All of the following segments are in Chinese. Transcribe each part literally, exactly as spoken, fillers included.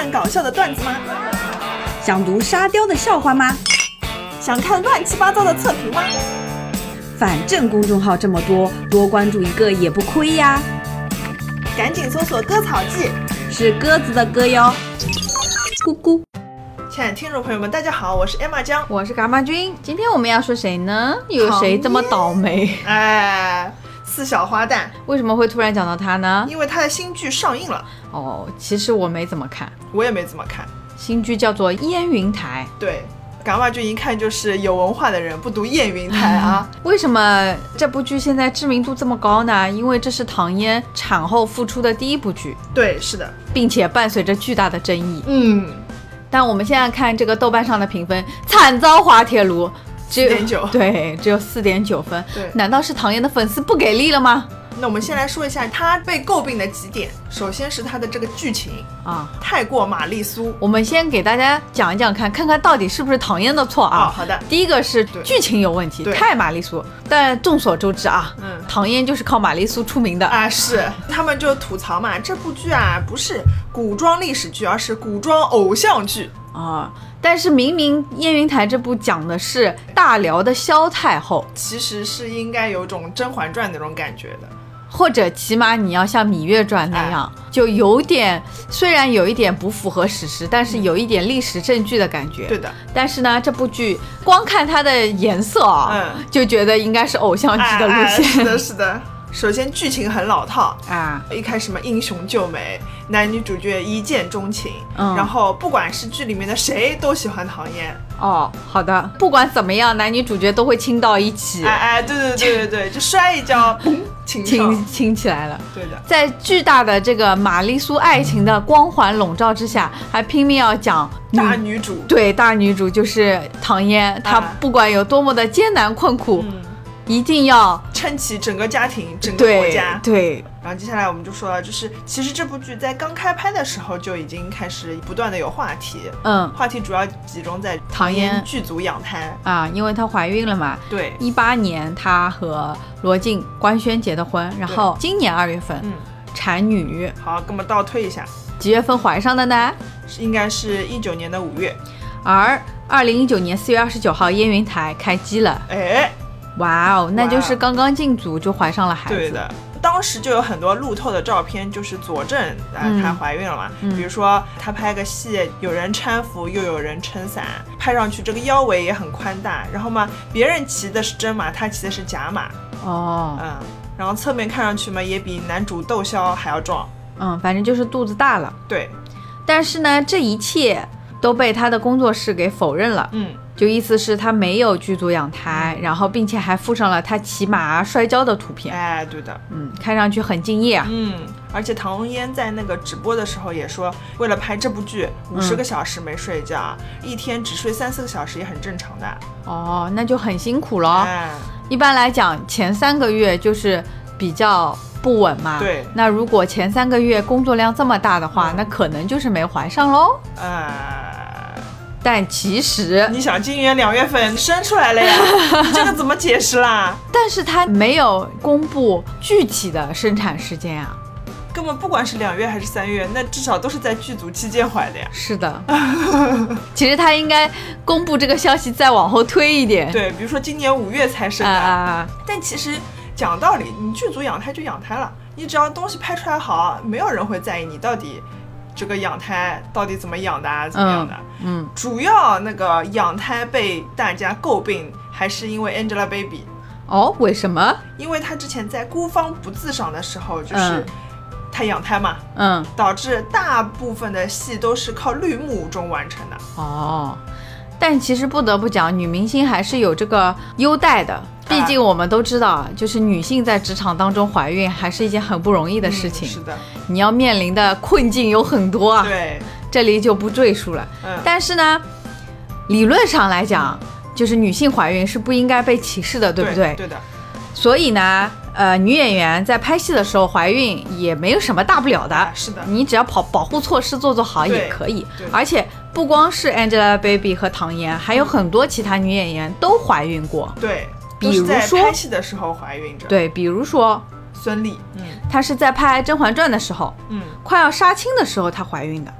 看搞笑的段子吗？ 想读沙雕的笑话吗？ 想看乱七八糟的测评吗？ 反正公众号这么多，多关注一个也不亏呀。 赶紧搜索割草记， 是鸽子的歌哟。咕咕。 亲爱的听众朋友们，大家好，我是 Emma 江， 我是蛤蟆君。今天我们要说谁呢？有谁这么倒霉？ 哎，四小花旦。 为什么会突然讲到他呢？ 因为他的新剧上映了。 哦，其实我没怎么看， 我也没怎么看。 新剧叫做《燕云台》。 对，蛤蟆君一看就是有文化的人，不读燕云台啊。 为什么这部剧现在知名度这么高呢？因为这是唐嫣产后复出的第一部剧。 对，是的， 并且伴随着巨大的争议。 嗯。 但我们现在看这个豆瓣上的评分，惨遭滑铁卢， 四点九， 对，只有四点九分。 对， 难道是唐嫣的粉丝不给力了吗？ 那我们先来说一下他被诟病的几点。首先是他的这个剧情啊， 太过玛丽苏。 我们先给大家讲一讲看，看看到底是不是唐嫣的错啊？ 哦、好的。 第一个是剧情有问题，太玛丽苏。但众所周知啊，嗯，唐嫣就是靠玛丽苏出名的啊。是，他们就吐槽嘛，这部剧啊不是古装历史剧，而是古装偶像剧。 啊，但是明明《燕云台》这部讲的是大辽的萧太后， 其实是应该有种《甄嬛传》那种感觉的， 或者起码你要像《芈月传》那样，哎、就有点虽然有一点不符合史实，但是有一点历史证据的感觉。 对的。 但是呢，这部剧光看它的颜色啊、嗯，就觉得应该是偶像剧的路线。 哎哎、是的，是的。首先剧情很老套啊， 一开始嘛英雄救美，男女主角一见钟情， 嗯， 然后不管是剧里面的谁都喜欢唐嫣。 哦，好的，不管怎么样，男女主角都会亲到一起。 哎哎，对对对对对，就摔一跤，砰，亲亲亲起来了。 对的， 在巨大的这个玛丽苏爱情的光环笼罩之下，还拼命要讲大女主。 对，大女主就是唐嫣，她不管有多么的艰难困苦。嗯，一定要撑起整个家庭，整个国家。 对，对。 然后接下来我们就说了，就是其实这部剧在刚开拍的时候就已经开始不断的有话题， 嗯， 话题主要集中在唐嫣剧组养胎啊，因为她怀孕了嘛。 对， 一八年她和罗晋、官宣结的婚，然后今年二月份，嗯，产女。 好，那么倒推一下， 几月份怀上的呢？ 应该是一九年的五月， 而二零一九年四月二十九号，燕云台开机了。 哎。 哇哦，那就是刚刚进组就怀上了孩子。 对的，当时就有很多路透的照片，就是佐证啊、呃、她怀孕了嘛、嗯。比如说她拍个戏，有人搀扶，又有人撑伞，拍上去这个腰围也很宽大。然后嘛，别人骑的是真马，她骑的是假马。 哦， 嗯，然后侧面看上去嘛，也比男主窦骁还要壮。 嗯，反正就是肚子大了。 对， 但是呢，这一切都被他的工作室给否认了。 嗯。 就意思是他没有剧组养胎，然后并且还附上了他骑马摔跤的图片。 哎，对的， 嗯，看上去很敬业啊。 嗯，而且唐嫣在那个直播的时候也说，为了拍这部剧，五十个小时没睡觉、嗯，一天只睡三四个小时也很正常的。 哦，那就很辛苦了。 哎， 一般来讲，前三个月就是比较不稳嘛。 对。 那如果前三个月工作量这么大的话，嗯、那可能就是没怀上喽。 呃。 但其实你想今年两月份生出来了呀，你这个怎么解释啦？ 但是他没有公布具体的生产时间啊， 根本不管是两月还是三月，那至少都是在剧组期间怀的呀。 是的，其实他应该公布这个消息再往后推一点。 对，比如说今年五月才生的。 啊、 但其实讲道理，你剧组养胎就养胎了，你只要东西拍出来好，没有人会在意你到底。这个养胎到底怎么养的啊？怎么样的？ 嗯，嗯主要那个养胎被大家诟病，还是因为 Angelababy。 哦，为什么？ 因为她之前在孤芳不自赏的时候，就是她养胎嘛， 嗯， 导致大部分的戏都是靠绿幕中完成的。 哦，但其实不得不讲，女明星还是有这个优待的。毕竟我们都知道，啊、就是女性在职场当中怀孕还是一件很不容易的事情。 嗯、是的， 你要面临的困境有很多啊。 对， 这里就不赘述了。 嗯， 但是呢，理论上来讲，就是女性怀孕是不应该被歧视的，对不对？ 对的。 所以呢，呃，女演员在拍戏的时候怀孕也没有什么大不了的。 啊、是的， 你只要保保护措施做做好也可以。而且不光是 Angelababy 和唐嫣，还有很多其他女演员都怀孕过。 对。 比如说在拍戏的时候怀孕着， 对，比如说孙俪，嗯， 她是在拍《甄嬛传》的时候， 嗯， 快要杀青的时候她怀孕的， 嗯，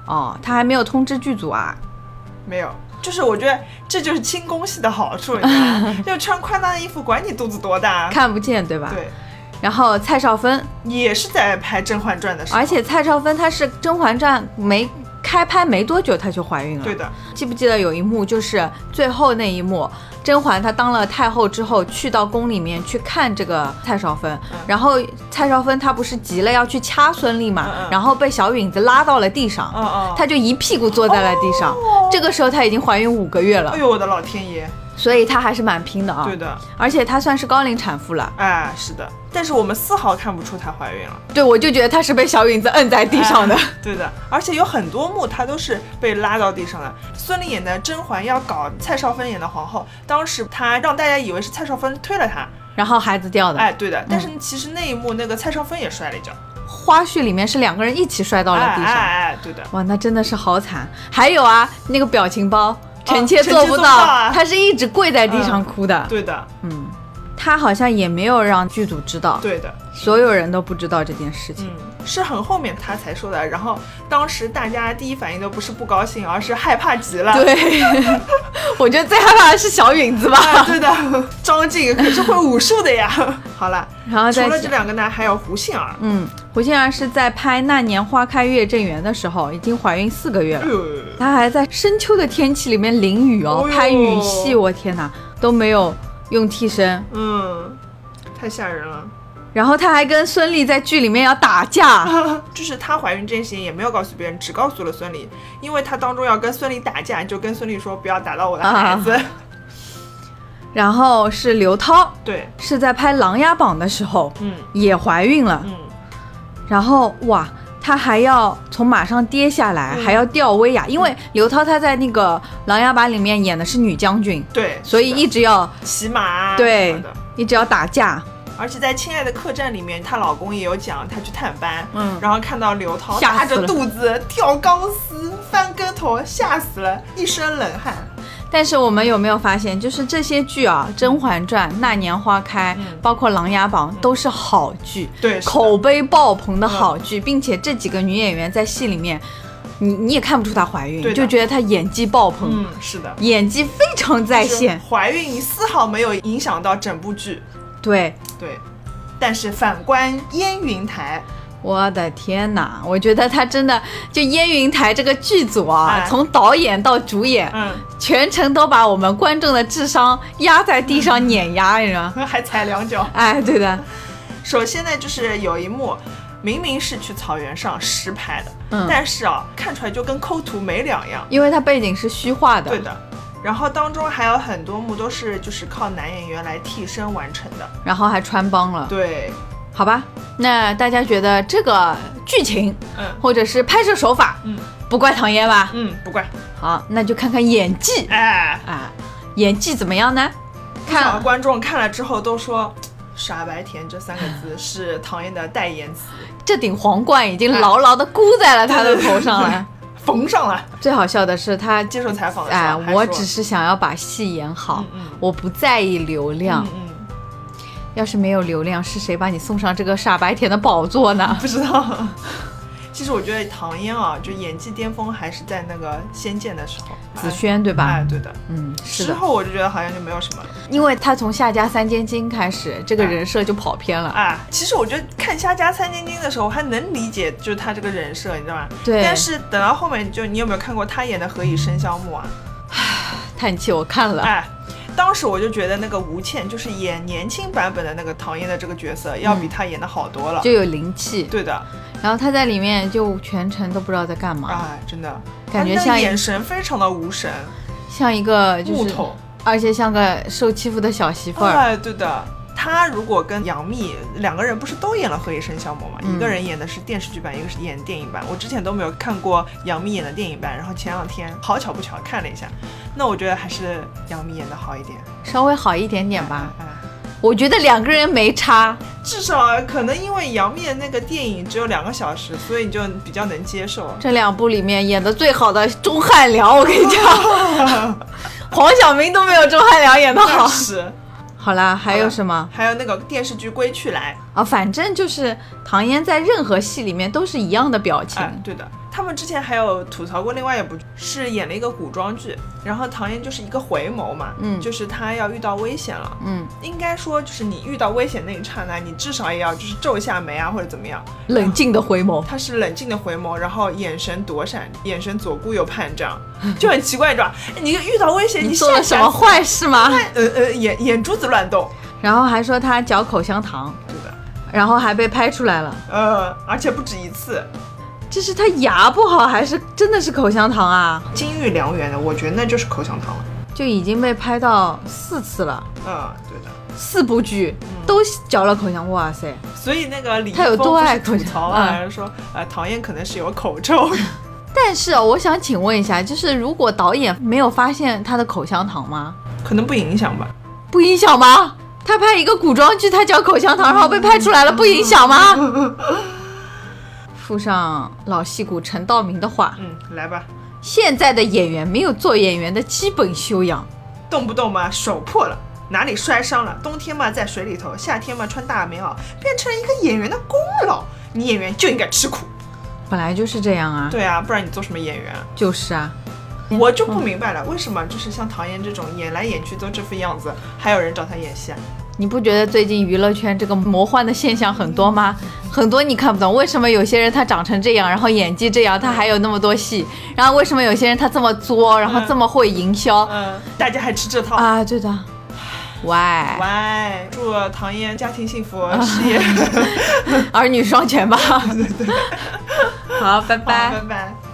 哦，他还没有通知剧组啊？ 没有，就是我觉得这就是轻功戏的好处，你知道吗？就穿宽大的衣服，管你肚子多大， 看不见，对吧？ 对。 然后蔡少芬也是在拍《甄嬛传》的时候， 而且蔡少芬她是《甄嬛传》没开拍没多久她就怀孕了。 对的。 记不记得有一幕，就是最后那一幕，甄嬛她当了太后之后，去到宫里面去看这个蔡少芬，嗯、然后蔡少芬她不是急了要去掐孙俪嘛，嗯嗯然后被小允子拉到了地上，嗯嗯她就一屁股坐在了地上。哦、这个时候她已经怀孕五个月了。 哎呦我的老天爷！ 所以她还是蛮拼的啊。 对的， 而且她算是高龄产妇了。 哎，是的，但是我们丝毫看不出她怀孕了。 对，我就觉得她是被小允子摁在地上的。 哎、对的，而且有很多幕她都是被拉到地上的。孙俪演的甄嬛要搞蔡少芬演的皇后，当时她让大家以为是蔡少芬推了她， 然后孩子掉的。 哎，对的，但是其实那一幕那个蔡少芬也摔了一跤。 花絮里面是两个人一起摔到了地上。 哎哎哎，对的。 哇，那真的是好惨。还有啊，那个表情包。臣妾做不到， 啊、 他是一直跪在地上哭的。 嗯、对的， 嗯，他好像也没有让剧组知道。 对的， 所有人都不知道这件事情。 嗯，是很后面他才说的。然后当时大家第一反应都不是不高兴，而是害怕极了。 对，我觉得最害怕的是小允子吧。 啊、对的，张晋可是会武术的呀。好了， 然后除了这两个呢，还有胡杏儿。 嗯，胡杏儿是在拍《那年花开月正圆》的时候，已经怀孕四个月了。她、呃、还在深秋的天气里面淋雨哦，拍雨戏，我天哪，都没有用替身。 嗯，太吓人了。 然后她还跟孙俪在剧里面要打架， 就是她怀孕这件事情也没有告诉别人，只告诉了孙俪，因为她当中要跟孙俪打架，就跟孙俪说不要打到我的孩子。啊然后是刘涛， 对， 是在拍《琅琊榜》的时候， 嗯， 也怀孕了， 嗯， 然后哇，她还要从马上跌下来，嗯、还要吊威亚，因为刘涛她在那个《琅琊榜》里面演的是女将军， 对， 所以一直要骑马， 对，一直要打架。 而且在《亲爱的客栈》里面，她老公也有讲，她去探班，嗯，然后看到刘涛大着肚子跳钢丝、翻跟头，吓死了，一身冷汗。 但是我们有没有发现，就是这些剧啊，《甄嬛传》、《那年花开》嗯，包括《琅琊榜》嗯，都是好剧， 对， 口碑爆棚的好剧，嗯，并且这几个女演员在戏里面，你你也看不出她怀孕，就觉得她演技爆棚， 嗯，是的， 演技非常在线， 怀孕丝毫没有影响到整部剧， 对对。但是反观燕云台。 我的天哪！我觉得他真的就燕云台这个剧组啊， 哎、 从导演到主演，嗯，全程都把我们观众的智商压在地上碾压，你知道？ 还踩两脚。 哎，对的。 首先呢，就是有一幕明明是去草原上实拍的， 嗯， 但是啊，看出来就跟抠图没两样， 因为它背景是虚化的。 对的。然后当中还有很多幕都是就是靠男演员来替身完成的， 然后还穿帮了。 对。 好吧，那大家觉得这个剧情，嗯，或者是拍摄手法，嗯，不怪唐嫣吧？ 嗯，不怪。 好，那就看看演技， 哎啊，演技怎么样呢？ 看观众看了之后都说，傻白甜这三个字是唐嫣的代言词， 这顶皇冠已经牢牢地箍在了她的头上了。 哎缝上了。 最好笑的是他接受采访的时候， 哎，我只是想要把戏演好，嗯嗯，我不在意流量。嗯嗯，要是没有流量，是谁把你送上这个傻白甜的宝座呢？ 不知道。其实我觉得唐嫣啊，就演技巅峰还是在那个《仙剑》的时候， 紫萱对吧？ 哎，对的， 嗯，是的。 之后我就觉得好像就没有什么了， 因为她从夏家三千金开始，这个人设就跑偏了。 哎，其实我觉得看夏家三千金的时候，我还能理解，就是她这个人设，你知道吗？ 对。 但是等到后面，就你有没有看过她演的《何以笙箫默》啊？ 叹气，我看了。 哎。当时我就觉得那个吴倩就是演年轻版本的那个唐嫣的这个角色，要比她演的好多了， 嗯，就有灵气。 对的。 然后她在里面就全程都不知道在干嘛， 哎，真的感觉像眼神非常的无神， 像一个就是木头， 而且像个受欺负的小媳妇儿。 哎，对的。她如果跟杨幂两个人不是都演了《何以笙箫默》吗？嗯，一个人演的是电视剧版，一个是演电影版。我之前都没有看过杨幂演的电影版，然后前两天好巧不巧看了一下，那我觉得还是杨幂演的好一点， 稍微好一点点吧。 哎， 我觉得两个人没差， 至少可能因为杨幂的那个电影只有两个小时，所以你就比较能接受。 这两部里面演的最好的钟汉良，我跟你讲，黄晓明都没有钟汉良演的好。 是。 好啦，还有什么？ 还有那个电视剧《归去来》 啊，反正就是唐嫣在任何戏里面都是一样的表情。 哎，对的， 他们之前还有吐槽过另外一部，是演了一个古装剧，然后唐嫣就是一个回眸嘛，嗯，就是她要遇到危险了，嗯，应该说就是你遇到危险那一刹那，你至少也要就是皱一下眉啊或者怎么样， 冷静的回眸。 她是冷静的回眸，然后眼神躲闪，眼神左顾右盼，这样就很奇怪，你知道吧？你遇到危险， 你做了什么坏事吗？ 呃呃，眼眼珠子乱动， 然后还说她嚼口香糖， 对的， 然后还被拍出来了， 呃，而且不止一次。 这是他牙不好还是真的是口香糖啊？ 金玉良缘的，我觉得那就是口香糖了。 就已经被拍到四次了。 嗯，对的。 四部剧、嗯、都嚼了口香，哇塞！ 所以那个李易峰他有多爱吐槽啊，嗯、说呃唐嫣可能是有口臭。 但是我想请问一下，就是如果导演没有发现他的口香糖吗？ 可能不影响吧？ 不影响吗？他拍一个古装剧，他嚼口香糖，然后被拍出来了，不影响吗？附上老戏骨陈道明的话， 嗯，来吧。 现在的演员没有做演员的基本修养， 动不动嘛手破了，哪里摔伤了，冬天嘛在水里头，夏天嘛穿大棉袄，变成了一个演员的功劳。你演员就应该吃苦， 本来就是这样啊。 对啊，不然你做什么演员？ 就是啊， 我就不明白了，为什么就是像唐嫣这种演来演去都这副样子，还有人找她演戏啊？ 你不觉得最近娱乐圈这个魔幻的现象很多吗？很多你看不懂，为什么有些人他长成这样，然后演技这样，他还有那么多戏？然后为什么有些人他这么作，然后这么会营销？ 嗯，嗯大家还吃这套啊？对的。Why？ Why？ 祝唐嫣家庭幸福，事业儿女双全吧。 对对对。 好，拜拜。 好，拜拜。